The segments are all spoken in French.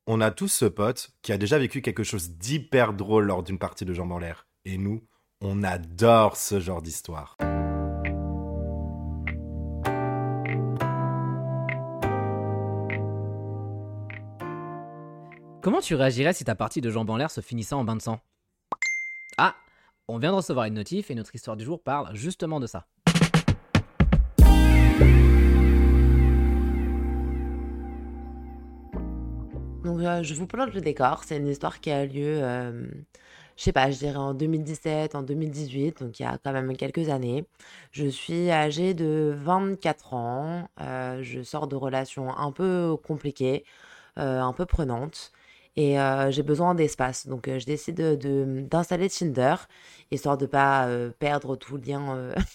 On a tous ce pote qui a déjà vécu quelque chose d'hyper drôle lors d'une partie de jambes en l'air. Et nous, on adore ce genre d'histoire. Comment tu réagirais si ta partie de jambes en l'air se finissait en bain de sang? Ah, on vient de recevoir une notif et notre histoire du jour parle justement de ça. Donc, je vous plante le décor. C'est une histoire qui a lieu, je sais pas, je dirais en 2017, en 2018, donc il y a quand même quelques années. Je suis âgée de 24 ans, je sors de relations un peu compliquées, un peu prenantes et j'ai besoin d'espace. Donc, je décide d'installer Tinder, histoire de pas, perdre tout lien,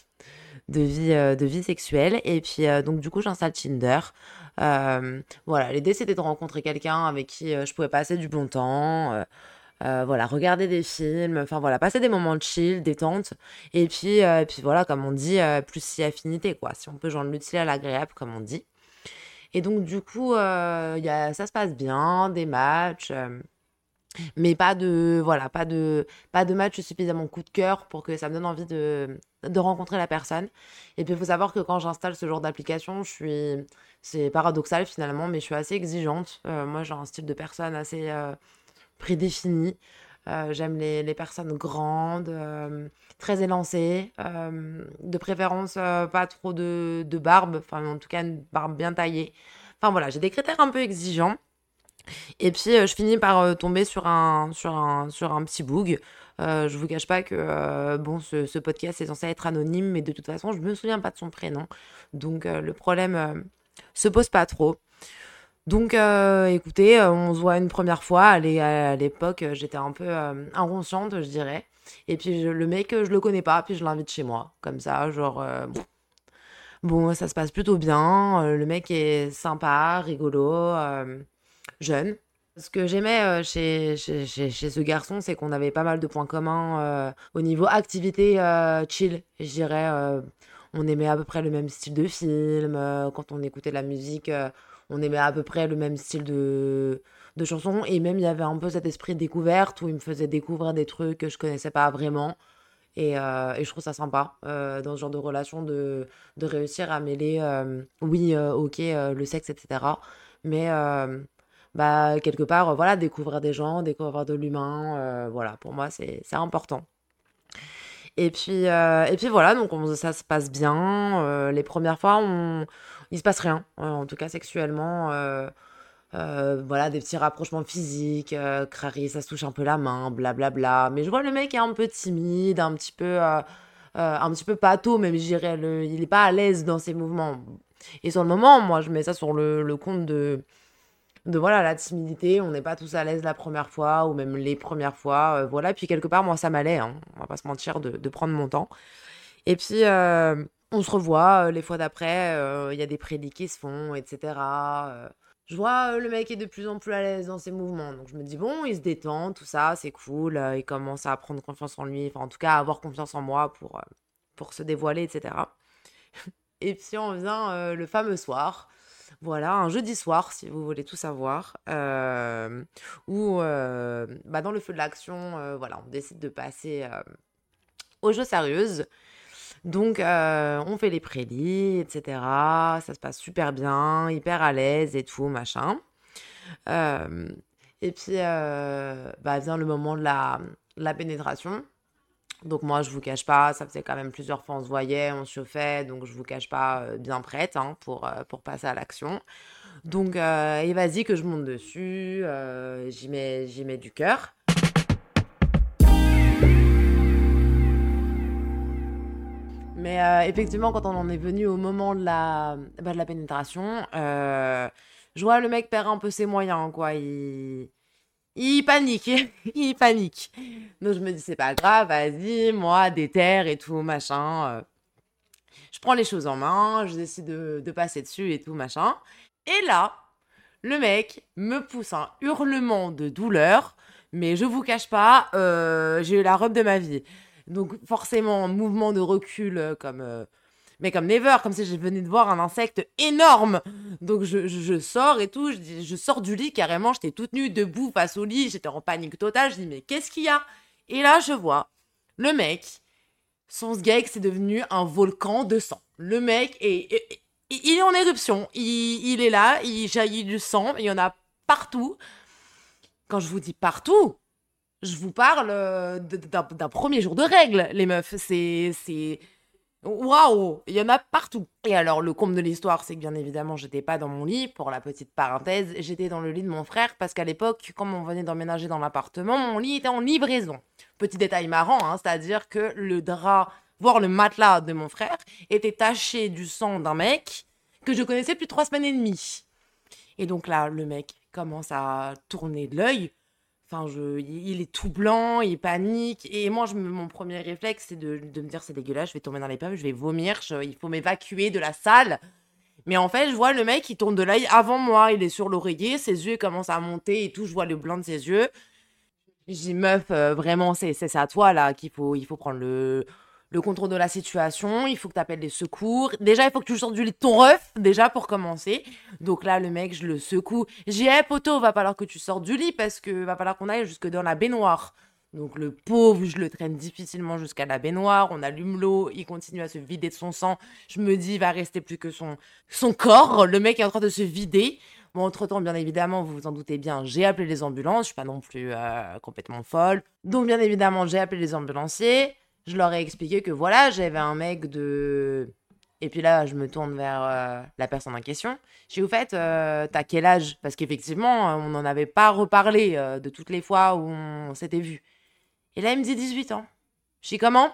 de vie sexuelle. Et puis, donc du coup, j'installe Tinder. Voilà, l'idée, c'était de rencontrer quelqu'un avec qui je pouvais passer du bon temps. Voilà, regarder des films, enfin voilà, passer des moments de chill, détente. Et puis voilà, comme on dit, plus si affinité, quoi. Si on peut joindre l'utile à l'agréable, comme on dit. Et donc, du coup, ça se passe bien, des matchs. Mais pas de match suffisamment coup de cœur pour que ça me donne envie de rencontrer la personne. Et puis, il faut savoir que quand j'installe ce genre d'application, c'est paradoxal finalement, mais je suis assez exigeante. Moi, j'ai un style de personne assez prédéfini. J'aime les personnes grandes, très élancées, de préférence pas trop de barbe, enfin en tout cas une barbe bien taillée. Enfin voilà, j'ai des critères un peu exigeants. Et puis, je finis par tomber sur un petit bug. Je vous cache pas que bon, ce podcast est censé être anonyme, mais de toute façon, je me souviens pas de son prénom. Donc, le problème se pose pas trop. Donc, écoutez, on se voit une première fois. À l'époque, j'étais un peu inconsciente, je dirais. Et puis, le mec, je le connais pas, puis je l'invite chez moi. Comme ça, genre, bon, ça se passe plutôt bien. Le mec est sympa, rigolo, jeune. Ce que j'aimais chez ce garçon, c'est qu'on avait pas mal de points communs au niveau activité chill. Je dirais, on aimait à peu près le même style de film. Quand on écoutait de la musique, on aimait à peu près le même style de chansons. Et même, il y avait un peu cet esprit de découverte où il me faisait découvrir des trucs que je connaissais pas vraiment. Et je trouve ça sympa dans ce genre de relation de réussir à mêler, oui, ok, le sexe, etc. Mais bah, quelque part, voilà, découvrir des gens, découvrir de l'humain, voilà, pour moi, c'est important. Et puis voilà, donc ça se passe bien. Les premières fois, il se passe rien, en tout cas sexuellement. Voilà, des petits rapprochements physiques, crari, ça se touche un peu la main, blablabla. Mais je vois le mec est un peu timide, un petit peu pâteau, même je dirais. Il est pas à l'aise dans ses mouvements. Et sur le moment, moi, je mets ça sur le compte de voilà, la timidité. On n'est pas tous à l'aise la première fois, ou même les premières fois. Voilà, puis quelque part, moi, ça m'allait, hein, on va pas se mentir, de prendre mon temps. Et puis, on se revoit les fois d'après, il y a des prédits qui se font, etc. Je vois le mec est de plus en plus à l'aise dans ses mouvements. Donc je me dis, bon, il se détend, tout ça, c'est cool. Il commence à prendre confiance en lui, enfin en tout cas à avoir confiance en moi pour se dévoiler, etc. Et puis on vient le fameux soir. Voilà, un jeudi soir, si vous voulez tout savoir, où bah, dans le feu de l'action, voilà, on décide de passer aux jeux sérieuses. Donc, on fait les prélis, etc. Ça se passe super bien, hyper à l'aise et tout, machin. Euh, et puis, bah, vient le moment de la pénétration. Donc, moi, je vous cache pas, ça faisait quand même plusieurs fois, on se voyait, on se chauffait. Donc, je vous cache pas, bien prête hein, pour passer à l'action. Donc, et vas-y que je monte dessus, j'y mets du cœur. Mais effectivement, quand on en est venu au moment de la pénétration, je vois le mec perd un peu ses moyens, quoi. Il panique, il panique. Donc je me dis, c'est pas grave, vas-y, moi, déterre et tout, machin. Je prends les choses en main, je décide de passer dessus et tout, machin. Et là, le mec me pousse un hurlement de douleur, mais je vous cache pas, j'ai eu la robe de ma vie. Donc forcément, mouvement de recul Mais comme never, comme si je venais de voir un insecte énorme. Donc je sors et tout, je sors du lit carrément, j'étais toute nue, debout face au lit, j'étais en panique totale, je dis mais qu'est-ce qu'il y a? Et là je vois le mec, son sgeg c'est devenu un volcan de sang. Le mec il est en éruption, il est là, il jaillit du sang, il y en a partout. Quand je vous dis partout, je vous parle d'un premier jour de règles, les meufs. C'est... Waouh, il y en a partout. Et alors, le comble de l'histoire, c'est que bien évidemment, j'étais pas dans mon lit, pour la petite parenthèse, j'étais dans le lit de mon frère, parce qu'à l'époque, comme on venait d'emménager dans l'appartement, mon lit était en livraison. Petit détail marrant, hein, c'est-à-dire que le drap, voire le matelas de mon frère, était taché du sang d'un mec que je connaissais depuis 3 semaines et demie. Et donc là, le mec commence à tourner de l'œil. Enfin, il est tout blanc, il panique. Et moi, mon premier réflexe, c'est de me dire, c'est dégueulasse, je vais tomber dans les pommes, je vais vomir, il faut m'évacuer de la salle. Mais en fait, je vois le mec, il tourne de l'œil avant moi, il est sur l'oreiller, ses yeux commencent à monter et tout, je vois le blanc de ses yeux. Je dis, meuf, vraiment, c'est à toi, là, il faut prendre le contrôle de la situation, il faut que tu appelles les secours. Déjà, il faut que tu sortes du lit de ton ref, déjà, pour commencer. Donc là, le mec, je le secoue. J'ai dit, hey, poteau, va falloir que tu sortes du lit parce que va falloir qu'on aille jusque dans la baignoire. Donc le pauvre, je le traîne difficilement jusqu'à la baignoire, on allume l'eau, il continue à se vider de son sang. Je me dis, il va rester plus que son corps. Le mec est en train de se vider. Bon, entre-temps, bien évidemment, vous vous en doutez bien, j'ai appelé les ambulances. Je suis pas non plus complètement folle. Donc, bien évidemment, j'ai appelé les ambulanciers. Je leur ai expliqué que voilà, j'avais un mec de... Et puis là, je me tourne vers la personne en question. Je dis, au fait, t'as quel âge? Parce qu'effectivement, on n'en avait pas reparlé de toutes les fois où on s'était vus. Et là, il me dit 18 ans. Je dis, comment?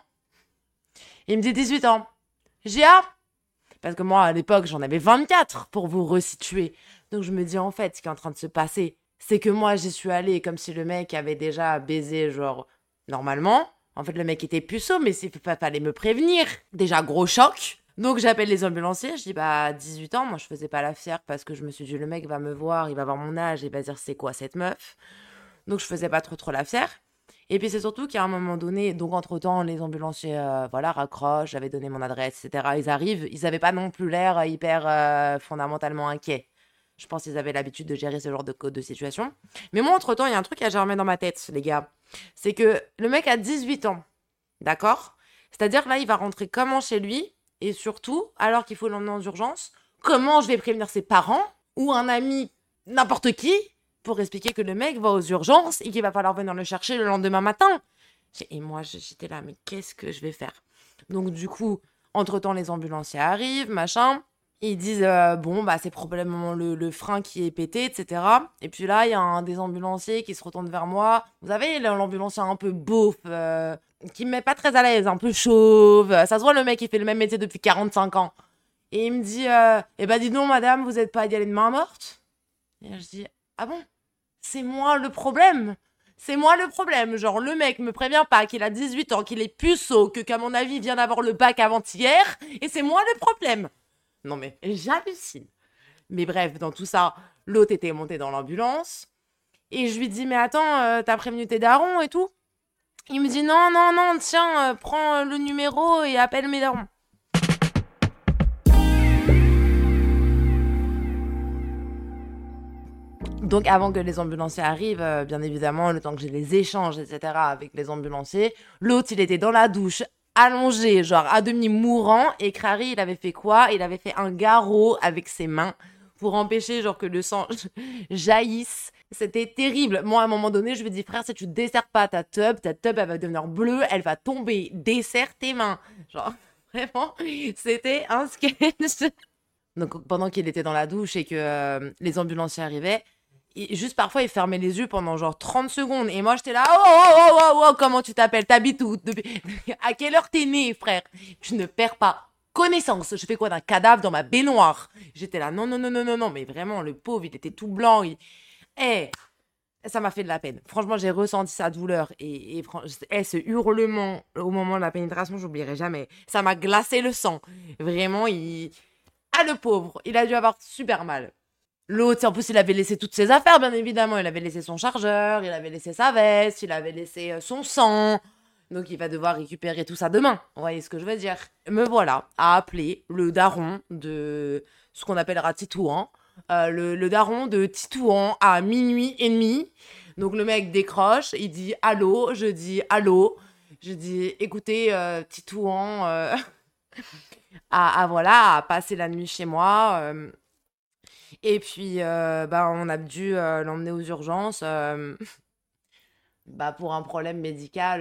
Il me dit 18 ans. Je dis, ah! Parce que moi, à l'époque, j'en avais 24 pour vous resituer. Donc, je me dis, en fait, ce qui est en train de se passer, c'est que moi, j'y suis allée comme si le mec avait déjà baisé, genre, normalement. En fait, le mec était puceau, mais il fallait me prévenir. Déjà, gros choc. Donc, j'appelle les ambulanciers. Je dis, 18 ans, moi, je faisais pas la fière parce que je me suis dit, le mec va me voir, il va voir mon âge, il va dire, c'est quoi cette meuf? Donc, je faisais pas trop la fière. Et puis, c'est surtout qu'à un moment donné, donc, entre-temps, les ambulanciers, raccrochent, j'avais donné mon adresse, etc. Ils arrivent, ils avaient pas non plus l'air hyper fondamentalement inquiets. Je pense qu'ils avaient l'habitude de gérer ce genre de situation. Mais moi, entre-temps, il y a un truc qui a germé dans ma tête, les gars. C'est que le mec a 18 ans, d'accord? C'est-à-dire, là, il va rentrer comment chez lui? Et surtout, alors qu'il faut l'emmener en urgence, comment je vais prévenir ses parents ou un ami, n'importe qui, pour expliquer que le mec va aux urgences et qu'il va falloir venir le chercher le lendemain matin? Et moi, j'étais là, mais qu'est-ce que je vais faire? Donc, du coup, entre-temps, les ambulanciers arrivent, machin. Ils disent, c'est probablement le frein qui est pété, etc. Et puis là, il y a un des ambulanciers qui se retourne vers moi. Vous savez, l'ambulancier un peu beauf, qui me met pas très à l'aise, un peu chauve. Ça se voit, le mec, il fait le même métier depuis 45 ans. Et il me dit, dis donc, madame, vous êtes pas d'y aller de main morte? Et je dis, ah bon? C'est moi le problème? C'est moi le problème. Genre, le mec me prévient pas qu'il a 18 ans, qu'il est puceau, qu'à mon avis, il vient d'avoir le bac avant-hier. Et c'est moi le problème. Non mais j'hallucine. Mais bref, dans tout ça, l'autre était monté dans l'ambulance. Et je lui dis, mais attends, t'as prévenu tes darons et tout? Il me dit, non, tiens, prends le numéro et appelle mes darons. Donc avant que les ambulanciers arrivent, bien évidemment, le temps que j'ai les échanges, etc. avec les ambulanciers, l'autre, il était dans la douche, allongé, genre à demi mourant, et Crary, il avait fait quoi? Il avait fait un garrot avec ses mains pour empêcher genre que le sang jaillisse. C'était terrible. Moi, à un moment donné, je lui dis, frère, si tu desserres pas ta tub, elle va devenir bleue, elle va tomber. Desserre tes mains. Genre, vraiment, c'était un sketch. Donc, pendant qu'il était dans la douche et que les ambulanciers arrivaient, juste parfois, il fermait les yeux pendant genre 30 secondes. Et moi, j'étais là, oh, comment tu t'appelles? T'habites où? À quelle heure t'es né, frère? Je ne perds pas connaissance. Je fais quoi d'un cadavre dans ma baignoire? J'étais là, non. Mais vraiment, le pauvre, il était tout blanc. Ça m'a fait de la peine. Franchement, j'ai ressenti sa douleur. Et ce hurlement au moment de la pénétration, j'oublierai jamais. Ça m'a glacé le sang. Vraiment, le pauvre, il a dû avoir super mal. L'autre, en plus, il avait laissé toutes ses affaires, bien évidemment. Il avait laissé son chargeur, il avait laissé sa veste, il avait laissé son sang. Donc il va devoir récupérer tout ça demain. Vous voyez ce que je veux dire? Me voilà à appeler le daron de ce qu'on appellera Titouan. Le daron de Titouan à minuit et demi. Donc le mec décroche, il dit allô, je dis allô. Je dis écoutez, Titouan voilà, à passer la nuit chez moi. Et puis on a dû l'emmener aux urgences. Pour un problème médical,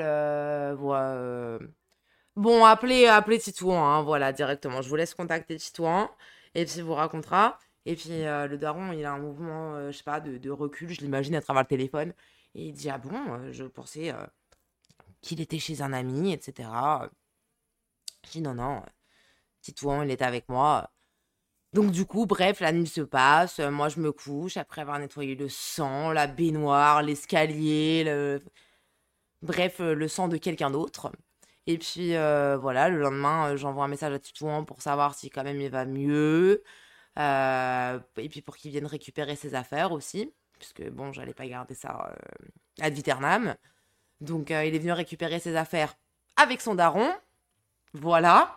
bon, appelez Titouan, hein, voilà, directement. Je vous laisse contacter Titouan, et puis il vous racontera. Et puis le daron, il a un mouvement, je sais pas, de recul, je l'imagine à travers le téléphone. Et il dit, ah bon, je pensais qu'il était chez un ami, etc. Je dis, non, non, Titouan, il était avec moi. Donc du coup, bref, la nuit se passe, moi je me couche après avoir nettoyé le sang, la baignoire, l'escalier, bref, le sang de quelqu'un d'autre. Et puis voilà, le lendemain, j'envoie un message à Titouan pour savoir si quand même il va mieux. Et puis pour qu'il vienne récupérer ses affaires aussi, puisque bon, j'allais pas garder ça ad vieternam. Donc il est venu récupérer ses affaires avec son daron. Voilà.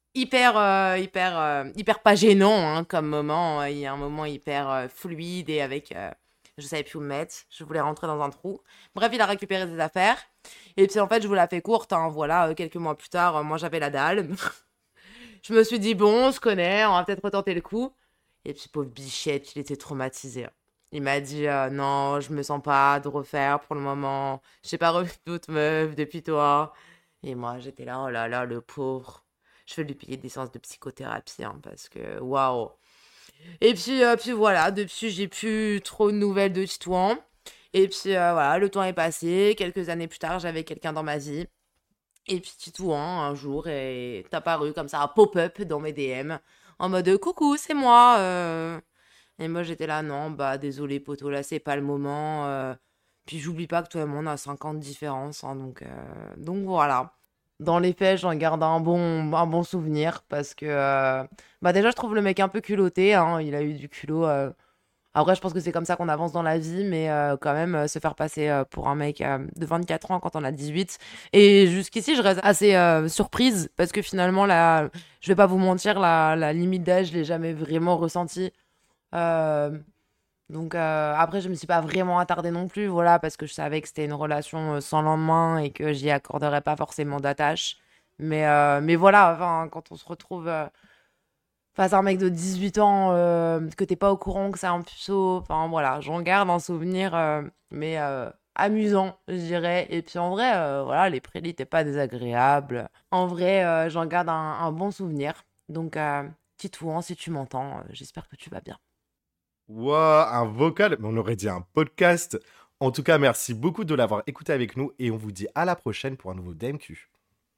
Hyper pas gênant hein, comme moment. Il y a un moment hyper fluide et avec... je savais plus où me mettre. Je voulais rentrer dans un trou. Bref, il a récupéré ses affaires. Et puis en fait, je vous la fais courte. Hein, voilà, quelques mois plus tard, moi j'avais la dalle. Je me suis dit, bon, on se connaît, on va peut-être retenter le coup. Et puis pauvre Bichette, il était traumatisé. Il m'a dit, non, je me sens pas de refaire pour le moment. J'ai pas revu d'autres meufs depuis toi. Et moi, j'étais là, oh là là, le pauvre. Je vais lui payer des séances de psychothérapie, hein, parce que, waouh. Et puis voilà, depuis, j'ai plus trop de nouvelles de Titouan. Et puis voilà, le temps est passé. Quelques années plus tard, j'avais quelqu'un dans ma vie. Et puis Titouan, un jour, est apparu comme ça, un pop-up dans mes DM, en mode coucou, c'est moi. Et moi, j'étais là, non, bah désolé, poto, là, c'est pas le moment. Puis j'oublie pas que toi et moi, on a 5 ans de différence. Hein, donc voilà. Dans les faits, j'en garde un bon souvenir parce que déjà, je trouve le mec un peu culotté. Hein, il a eu du culot. Après, je pense que c'est comme ça qu'on avance dans la vie, mais quand même, se faire passer pour un mec de 24 ans quand on a 18. Et jusqu'ici, je reste assez surprise parce que finalement, là, je vais pas vous mentir, la limite d'âge, je l'ai jamais vraiment ressentie. Euh, donc après, je me suis pas vraiment attardée non plus, voilà, parce que je savais que c'était une relation sans lendemain et que j'y accorderais pas forcément d'attache. Mais voilà, enfin, quand on se retrouve face à un mec de 18 ans, que t'es pas au courant que c'est un puceau, enfin voilà, j'en garde un souvenir, mais amusant, je dirais. Et puis en vrai, voilà, les prélis n'étaient pas désagréables. En vrai, j'en garde un bon souvenir. Donc, Titouan, si tu m'entends, j'espère que tu vas bien. Wow, un vocal, mais on aurait dit un podcast. En tout cas, merci beaucoup de l'avoir écouté avec nous et on vous dit à la prochaine pour un nouveau DMQ.